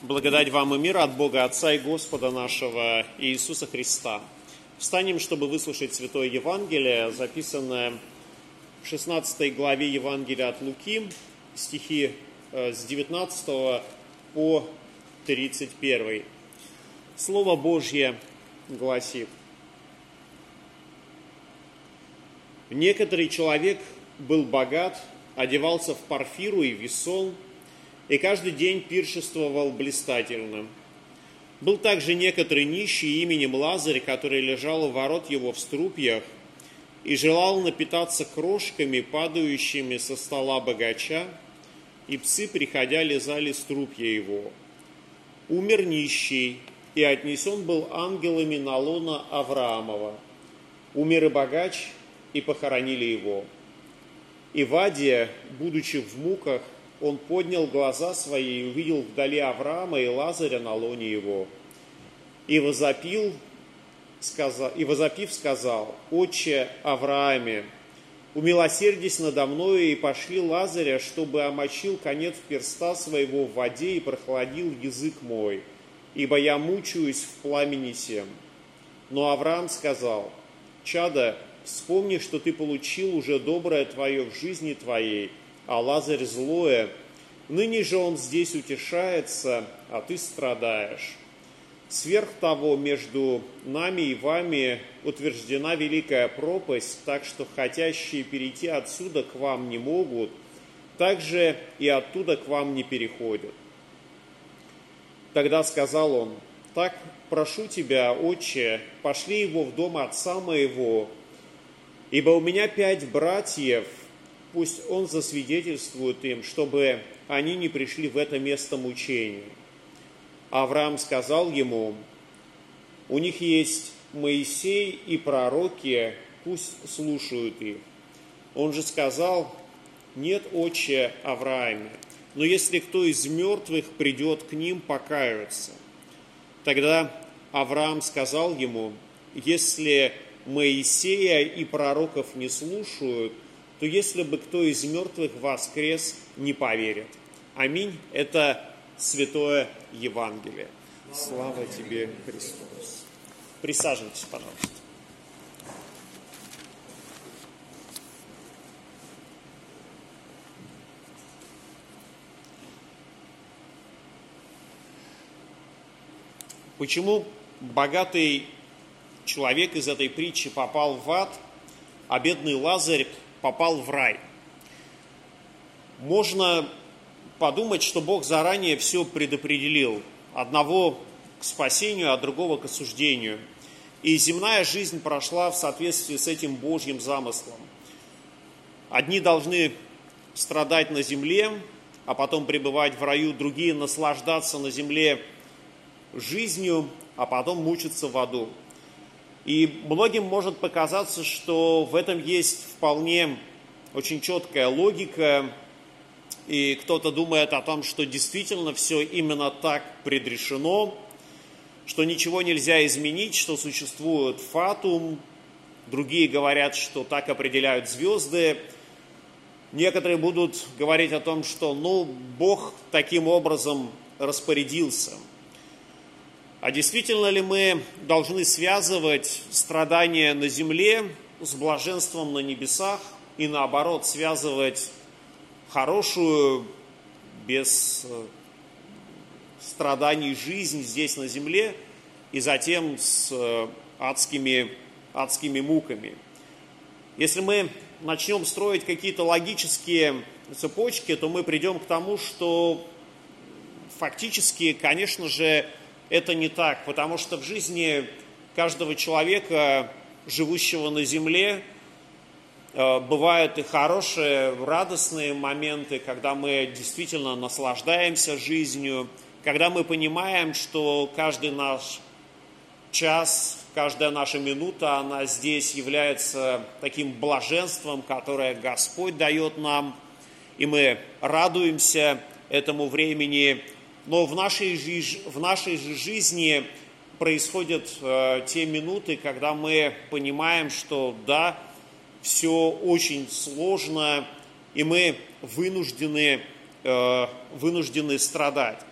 Благодать вам и мир от Бога Отца и Господа нашего Иисуса Христа. Встанем, чтобы выслушать Святое Евангелие, записанное в 16 главе Евангелия от Луки, стихи с 19 по 31. Слово Божье гласит: «Некоторый человек был богат, одевался в парфиру и весон, и каждый день пиршествовал блистательно. Был также некоторый нищий именем Лазарь, который лежал у ворот его в струпьях и желал напитаться крошками, падающими со стола богача, и псы, приходя, лизали струпья его. Умер нищий, и отнесен был ангелами на лоно Авраамова. Умер и богач, и похоронили его. И Вадия, будучи в муках, он поднял глаза свои и увидел вдали Авраама и Лазаря на лоне его. И возопив, сказал: «Отче Аврааме, умилосердись надо мною и пошли Лазаря, чтобы омочил конец перста своего в воде и прохладил язык мой, ибо я мучаюсь в пламени сем». Но Авраам сказал: «Чадо, вспомни, что ты получил уже доброе твое в жизни твоей, а Лазарь злое. Ныне же он здесь утешается, а ты страдаешь. Сверх того, между нами и вами утверждена великая пропасть, так что хотящие перейти отсюда к вам не могут, так же и оттуда к вам не переходят». Тогда сказал он: «Так прошу тебя, отче, пошли его в дом отца моего, ибо у меня 5 братьев, пусть он засвидетельствует им, чтобы они не пришли в это место мучения». Авраам сказал ему: «У них есть Моисей и пророки, пусть слушают их». Он же сказал: «Нет, отче Аврааме, но если кто из мертвых придет к ним, покаются». Тогда Авраам сказал ему: «Если Моисея и пророков не слушают, то если бы кто из мертвых воскрес, не поверит». Аминь. Это Святое Евангелие. Слава тебе, Христос. Присаживайтесь, пожалуйста. Почему богатый человек из этой притчи попал в ад, а бедный Лазарь попал в рай? Можно подумать, что Бог заранее все предопределил. Одного к спасению, а другого к осуждению. И земная жизнь прошла в соответствии с этим Божьим замыслом. Одни должны страдать на земле, а потом пребывать в раю, другие наслаждаться на земле жизнью, а потом мучиться в аду. И многим может показаться, что в этом есть вполне очень четкая логика, и кто-то думает о том, что действительно все именно так предрешено, что ничего нельзя изменить, что существует фатум. Другие говорят, что так определяют звезды. Некоторые будут говорить о том, что Бог таким образом распорядился. А действительно ли мы должны связывать страдания на земле с блаженством на небесах и наоборот связывать хорошую, без страданий жизнь здесь на земле и затем с адскими муками? Если мы начнем строить какие-то логические цепочки, то мы придем к тому, что фактически, конечно же, это не так, потому что в жизни каждого человека, живущего на земле, бывают и хорошие, радостные моменты, когда мы действительно наслаждаемся жизнью, когда мы понимаем, что каждый наш час, каждая наша минута, она здесь является таким блаженством, которое Господь дает нам, и мы радуемся этому времени. Но в нашей же жизни происходят те минуты, когда мы понимаем, что да, все очень сложно, и мы вынуждены страдать.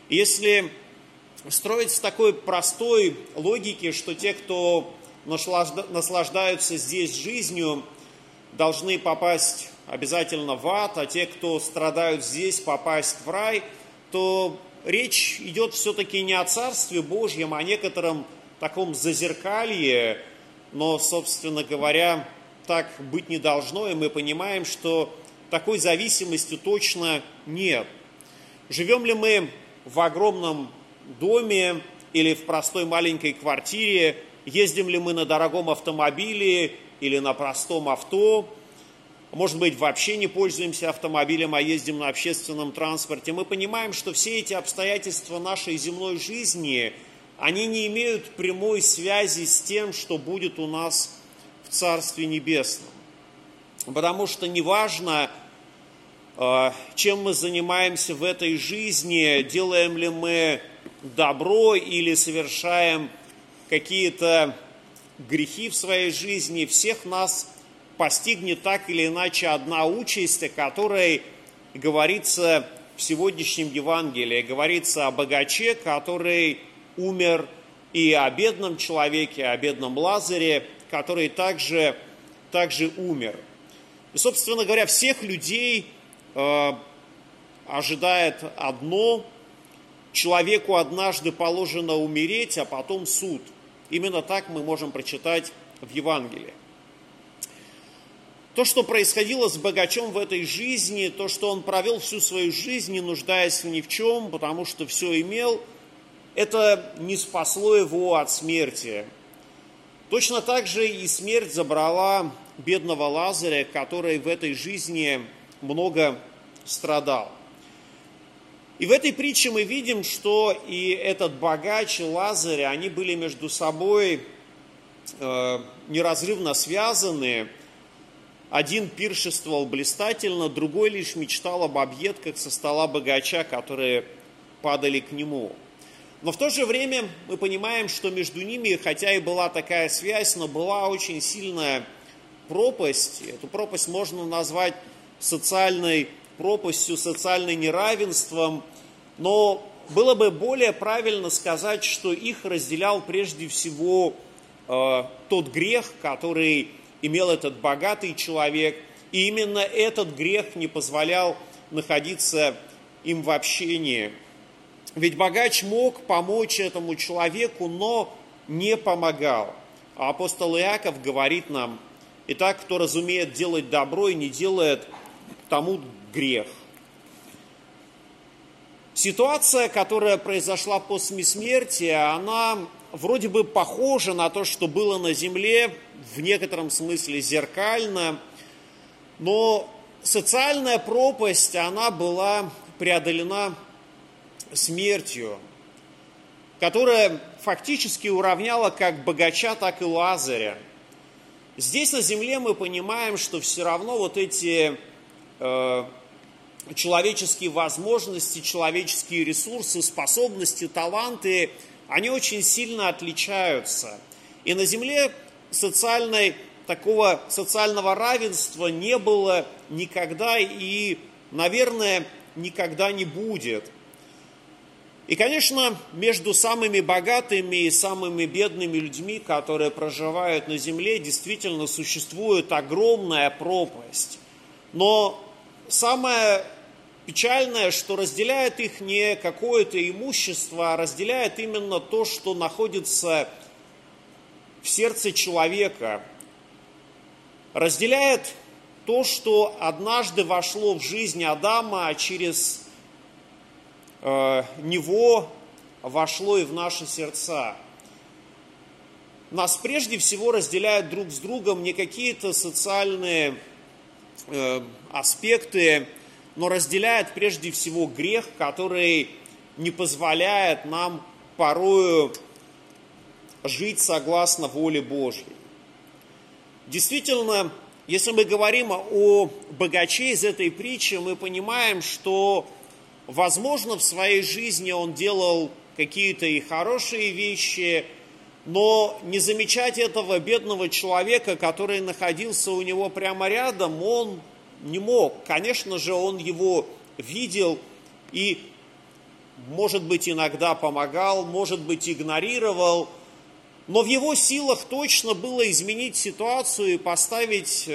Если строить с такой простой логики, что те, кто наслаждаются здесь жизнью, должны попасть обязательно в ад, а те, кто страдают здесь, попасть в рай, то речь идет все-таки не о Царстве Божьем, а о некотором таком зазеркалье, но, собственно говоря, так быть не должно, и мы понимаем, что такой зависимости точно нет. Живем ли мы в огромном доме или в простой маленькой квартире, ездим ли мы на дорогом автомобиле или на простом авто, может быть, вообще не пользуемся автомобилем, а ездим на общественном транспорте, мы понимаем, что все эти обстоятельства нашей земной жизни, они не имеют прямой связи с тем, что будет у нас в Царстве Небесном. Потому что неважно, чем мы занимаемся в этой жизни, делаем ли мы добро или совершаем какие-то грехи в своей жизни, всех нас постигнет так или иначе одна участь, о которой говорится в сегодняшнем Евангелии. Говорится о богаче, который умер, и о бедном человеке, о бедном Лазаре, который также умер. И, собственно говоря, всех людей ожидает одно: человеку однажды положено умереть, а потом суд. Именно так мы можем прочитать в Евангелии. То, что происходило с богачом в этой жизни, то, что он провел всю свою жизнь, не нуждаясь ни в чем, потому что все имел, это не спасло его от смерти. Точно так же и смерть забрала бедного Лазаря, который в этой жизни много страдал. И в этой притче мы видим, что и этот богач, и Лазарь, они были между собой неразрывно связаны. Один пиршествовал блистательно, другой лишь мечтал об объедках со стола богача, которые падали к нему. Но в то же время мы понимаем, что между ними, хотя и была такая связь, но была очень сильная пропасть. Эту пропасть можно назвать социальной пропастью, социальным неравенством, но было бы более правильно сказать, что их разделял прежде всего тот грех, который имел этот богатый человек, и именно этот грех не позволял находиться им в общении. Ведь богач мог помочь этому человеку, но не помогал. А апостол Иаков говорит нам: «Итак, кто разумеет делать добро и не делает, тому грех». Ситуация, которая произошла после смерти, она вроде бы похожа на то, что было на земле, в некотором смысле зеркально, но социальная пропасть, она была преодолена смертью, которая фактически уравняла как богача, так и Лазаря. Здесь на земле мы понимаем, что все равно вот эти человеческие возможности, человеческие ресурсы, способности, таланты, они очень сильно отличаются. И на земле такого социального равенства не было никогда и, наверное, никогда не будет. И, конечно, между самыми богатыми и самыми бедными людьми, которые проживают на земле, действительно существует огромная пропасть. Но самое печальное, что разделяет их не какое-то имущество, а разделяет именно то, что находится в сердце человека. Разделяет то, что однажды вошло в жизнь Адама, а через него вошло и в наши сердца. Нас прежде всего разделяют друг с другом не какие-то социальные аспекты, но разделяет прежде всего грех, который не позволяет нам порою жить согласно воле Божьей. Действительно, если мы говорим о богаче из этой притчи, мы понимаем, что, возможно, в своей жизни он делал какие-то и хорошие вещи, но не замечать этого бедного человека, который находился у него прямо рядом, он не мог. Конечно же, он его видел и может быть, иногда помогал, может быть, игнорировал, но в его силах точно было изменить ситуацию и поставить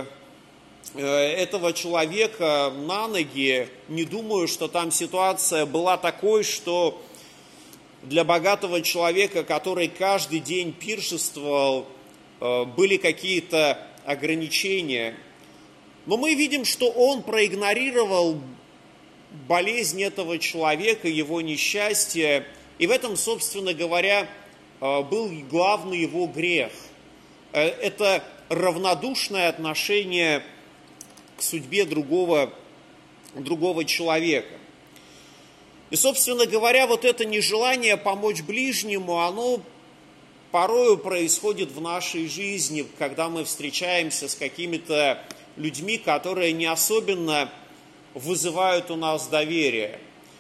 этого человека на ноги. Не думаю, что там ситуация была такой, что для богатого человека, который каждый день пиршествовал, были какие-то ограничения. Но мы видим, что он проигнорировал болезнь этого человека, его несчастье, и в этом, собственно говоря, был главный его грех. Это равнодушное отношение к судьбе другого человека. И, собственно говоря, вот это нежелание помочь ближнему, оно порою происходит в нашей жизни, когда мы встречаемся с какими-то людьми, которые не особенно вызывают у нас доверие.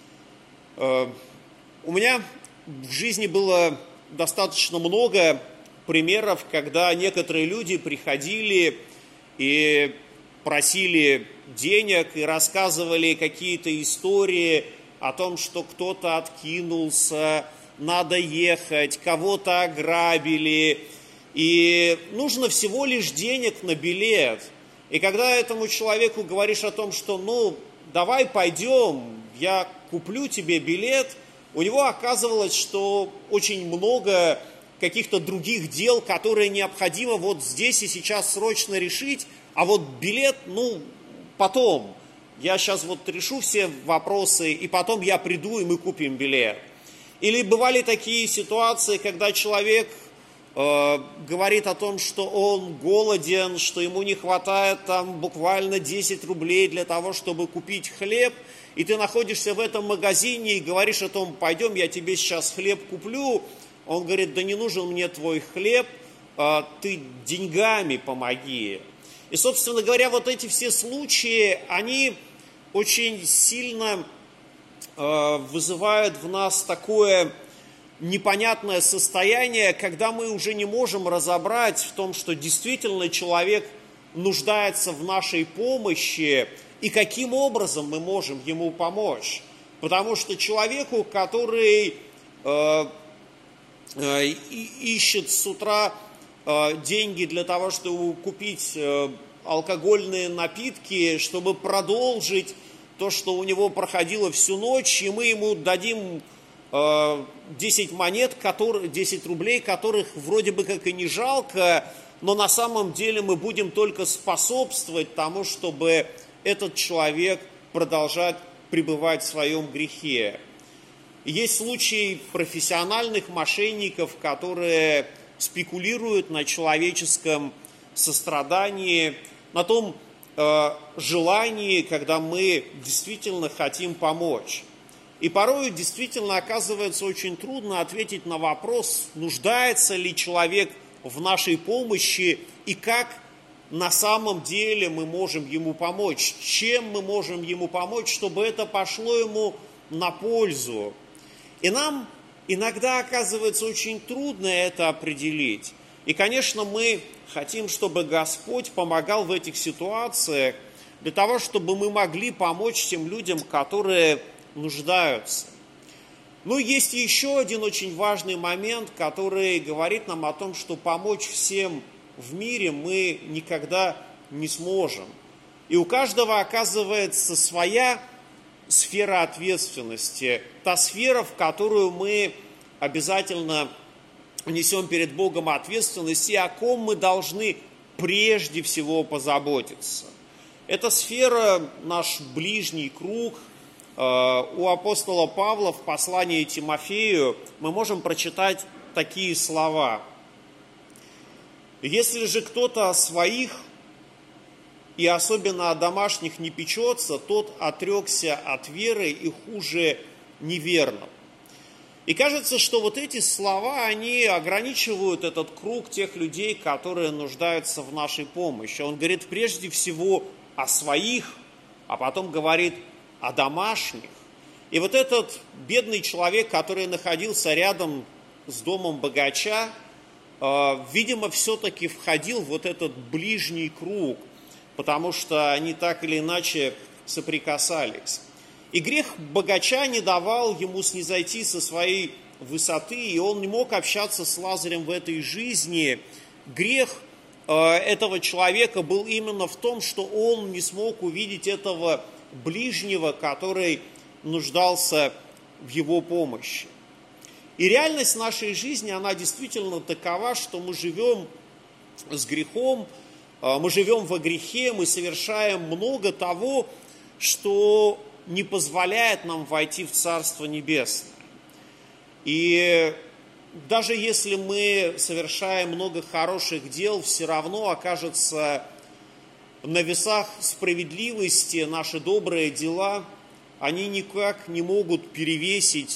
У меня в жизни было достаточно много примеров, когда некоторые люди приходили и просили денег и рассказывали какие-то истории о том, что кто-то откинулся, надо ехать, кого-то ограбили, и нужно всего лишь денег на билет. И когда этому человеку говоришь о том, что давай пойдем, я куплю тебе билет, у него оказывалось, что очень много каких-то других дел, которые необходимо вот здесь и сейчас срочно решить, а вот билет, потом. Я сейчас вот решу все вопросы, и потом я приду, и мы купим билет. Или бывали такие ситуации, когда человек говорит о том, что он голоден, что ему не хватает там буквально 10 рублей для того, чтобы купить хлеб, и ты находишься в этом магазине и говоришь о том, пойдем, я тебе сейчас хлеб куплю. Он говорит, да не нужен мне твой хлеб, ты деньгами помоги. И, собственно говоря, вот эти все случаи, они очень сильно вызывают в нас такое непонятное состояние, когда мы уже не можем разобрать в том, что действительно человек нуждается в нашей помощи и каким образом мы можем ему помочь. Потому что человеку, который ищет с утра деньги для того, чтобы купить алкогольные напитки, чтобы продолжить то, что у него проходило всю ночь, и мы ему дадим 10 монет, 10 рублей, которых вроде бы как и не жалко, но на самом деле мы будем только способствовать тому, чтобы этот человек продолжать пребывать в своем грехе. Есть случаи профессиональных мошенников, которые спекулируют на человеческом сострадании, на том желании, когда мы действительно хотим помочь. И порой действительно оказывается очень трудно ответить на вопрос, нуждается ли человек в нашей помощи и как на самом деле мы можем ему помочь, чем мы можем ему помочь, чтобы это пошло ему на пользу. И нам иногда оказывается очень трудно это определить. И, конечно, мы хотим, чтобы Господь помогал в этих ситуациях для того, чтобы мы могли помочь тем людям, которые нуждаются. Но есть еще один очень важный момент, который говорит нам о том, что помочь всем в мире мы никогда не сможем. И у каждого оказывается своя сфера ответственности, та сфера, в которую мы обязательно несем перед Богом ответственность и о ком мы должны прежде всего позаботиться. Эта сфера наш ближний круг. У апостола Павла в послании Тимофею мы можем прочитать такие слова. «Если же кто-то о своих, и особенно о домашних, не печется, тот отрекся от веры и хуже неверным». И кажется, что вот эти слова, они ограничивают этот круг тех людей, которые нуждаются в нашей помощи. Он говорит прежде всего о своих, а потом говорит о домашних. И вот этот бедный человек, который находился рядом с домом богача, видимо, все-таки входил в вот этот ближний круг, потому что они так или иначе соприкасались. И грех богача не давал ему снизойти со своей высоты, и он не мог общаться с Лазарем в этой жизни. Грех этого человека был именно в том, что он не смог увидеть этого ближнего, который нуждался в его помощи. И реальность нашей жизни, она действительно такова, что мы живем с грехом, мы живем во грехе, мы совершаем много того, что не позволяет нам войти в Царство Небесное. И даже если мы совершаем много хороших дел, все равно окажется на весах справедливости наши добрые дела, они никак не могут перевесить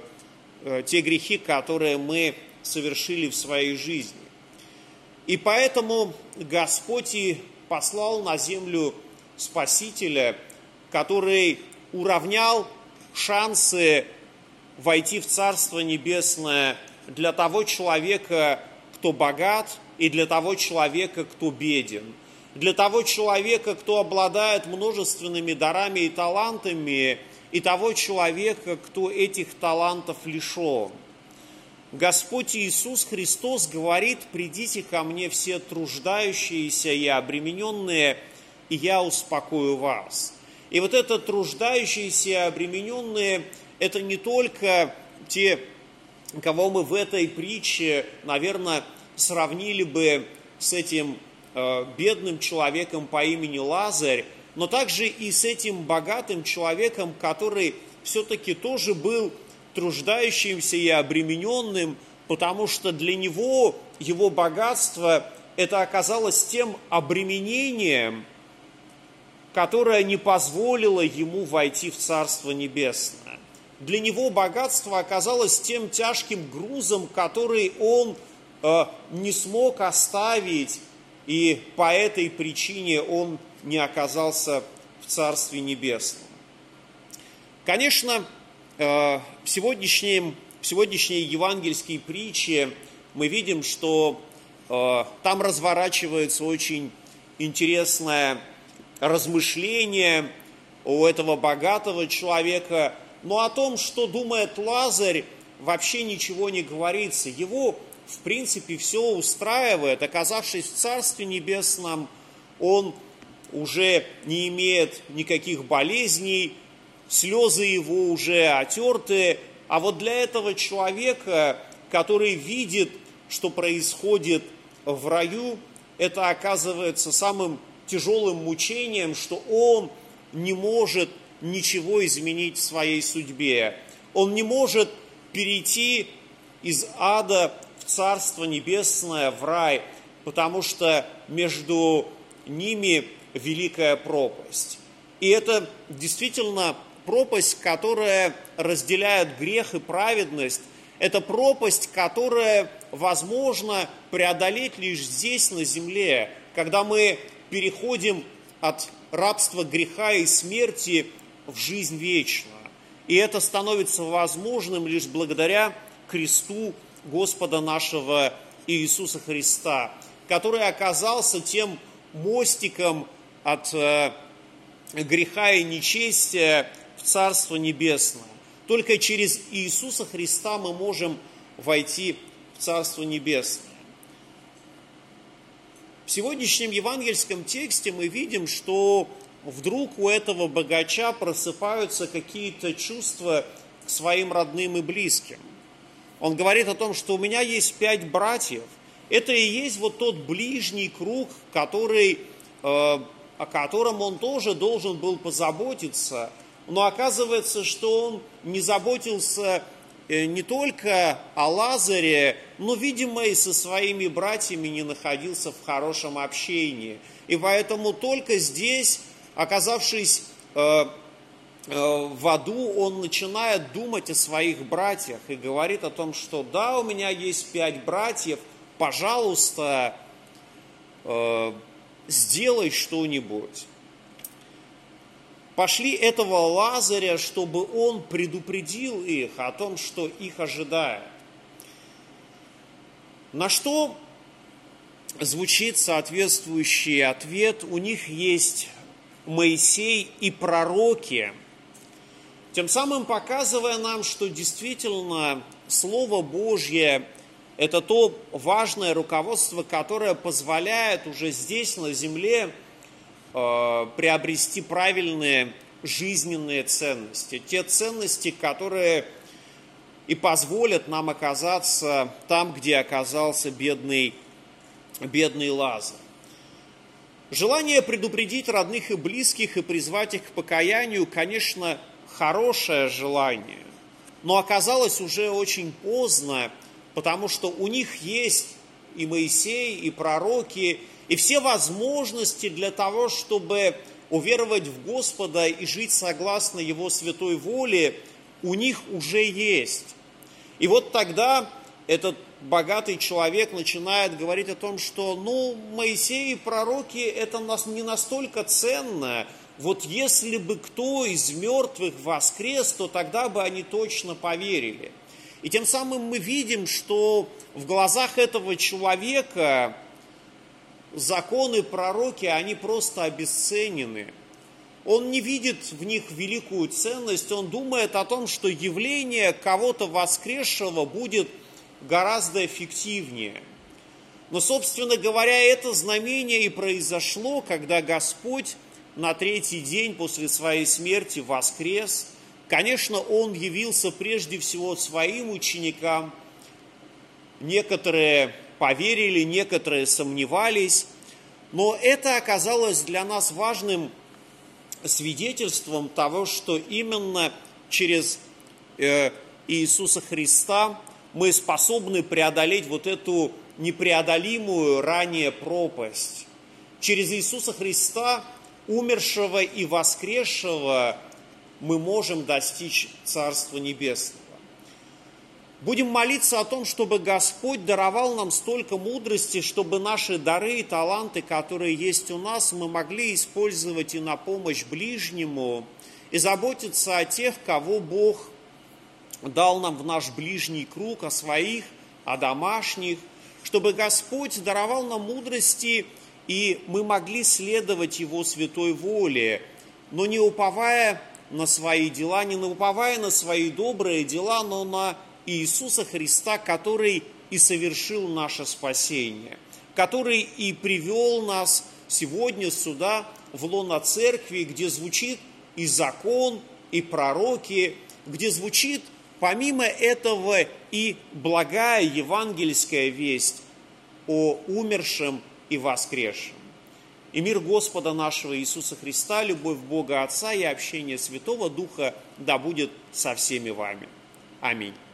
те грехи, которые мы совершили в своей жизни. И поэтому Господь и послал на землю Спасителя, который уравнял шансы войти в Царство Небесное для того человека, кто богат, и для того человека, кто беден. Для того человека, кто обладает множественными дарами и талантами, и того человека, кто этих талантов лишен. Господь Иисус Христос говорит: «Придите ко мне все труждающиеся и обремененные, и я успокою вас». И вот это труждающиеся и обремененные, это не только те, кого мы в этой притче, наверное, сравнили бы с этим бедным человеком по имени Лазарь, но также и с этим богатым человеком, который все-таки тоже был труждающимся и обремененным, потому что для него его богатство это оказалось тем обременением, которое не позволило ему войти в Царство Небесное. Для него богатство оказалось тем тяжким грузом, который он не смог оставить, и по этой причине он не оказался в Царстве Небесном. Конечно, в сегодняшней евангельской притче мы видим, что там разворачивается очень интересное размышление у этого богатого человека, но о том, что думает Лазарь, вообще ничего не говорится. Его, в принципе, все устраивает. Оказавшись в Царстве Небесном, он уже не имеет никаких болезней, слезы его уже отерты. А вот для этого человека, который видит, что происходит в раю, это оказывается самым тяжелым мучением, что он не может ничего изменить в своей судьбе. Он не может перейти из ада в Царство Небесное, в рай, потому что между ними великая пропасть. И это действительно пропасть, которая разделяет грех и праведность. Это пропасть, которая возможно преодолеть лишь здесь, на земле, когда мы переходим от рабства греха и смерти в жизнь вечную. И это становится возможным лишь благодаря кресту Господа нашего Иисуса Христа, который оказался тем мостиком от греха и нечестия в Царство Небесное. Только через Иисуса Христа мы можем войти в Царство Небесное. В сегодняшнем евангельском тексте мы видим, что вдруг у этого богача просыпаются какие-то чувства к своим родным и близким. Он говорит о том, что у меня есть 5 братьев. Это и есть вот тот ближний круг, о котором он тоже должен был позаботиться. Но оказывается, что он не заботился не только о Лазаре, но, видимо, и со своими братьями не находился в хорошем общении. И поэтому только здесь, оказавшись в аду, он начинает думать о своих братьях и говорит о том, что да, у меня есть 5 братьев, пожалуйста, сделай что-нибудь. Пошли этого Лазаря, чтобы он предупредил их о том, что их ожидает. На что звучит соответствующий ответ. У них есть Моисей и пророки. тем самым показывая нам, что действительно Слово Божье – это то важное руководство, которое позволяет уже здесь, на земле, приобрести правильные жизненные ценности. Те ценности, которые и позволят нам оказаться там, где оказался бедный Лазарь. Желание предупредить родных и близких и призвать их к покаянию, конечно, хорошее желание, но оказалось уже очень поздно, потому что у них есть и Моисей, и пророки, и все возможности для того, чтобы уверовать в Господа и жить согласно Его святой воле, у них уже есть. И вот тогда этот богатый человек начинает говорить о том, что, Моисей и пророки, это не настолько ценно. Вот если бы кто из мертвых воскрес, то тогда бы они точно поверили. И тем самым мы видим, что в глазах этого человека законы, пророки, они просто обесценены. Он не видит в них великую ценность, он думает о том, что явление кого-то воскресшего будет гораздо эффективнее. Но, собственно говоря, это знамение и произошло, когда Господь на третий день после своей смерти воскрес. Конечно, Он явился прежде всего своим ученикам. Некоторые поверили, некоторые сомневались. Но это оказалось для нас важным свидетельством того, что именно через Иисуса Христа мы способны преодолеть вот эту непреодолимую ранее пропасть. Через Иисуса Христа, умершего и воскресшего, мы можем достичь Царства Небесного. Будем молиться о том, чтобы Господь даровал нам столько мудрости, чтобы наши дары и таланты, которые есть у нас, мы могли использовать и на помощь ближнему, и заботиться о тех, кого Бог дал нам в наш ближний круг, о своих, о домашних, чтобы Господь даровал нам мудрости, и мы могли следовать Его святой воле, но не уповая на свои дела, не уповая на свои добрые дела, но на Иисуса Христа, который и совершил наше спасение, который и привел нас сегодня сюда, в лоно церкви, где звучит и закон, и пророки, где звучит помимо этого и благая евангельская весть о умершем и воскресшем. И мир Господа нашего Иисуса Христа, любовь Бога Отца и общение Святого Духа да будет со всеми вами. Аминь.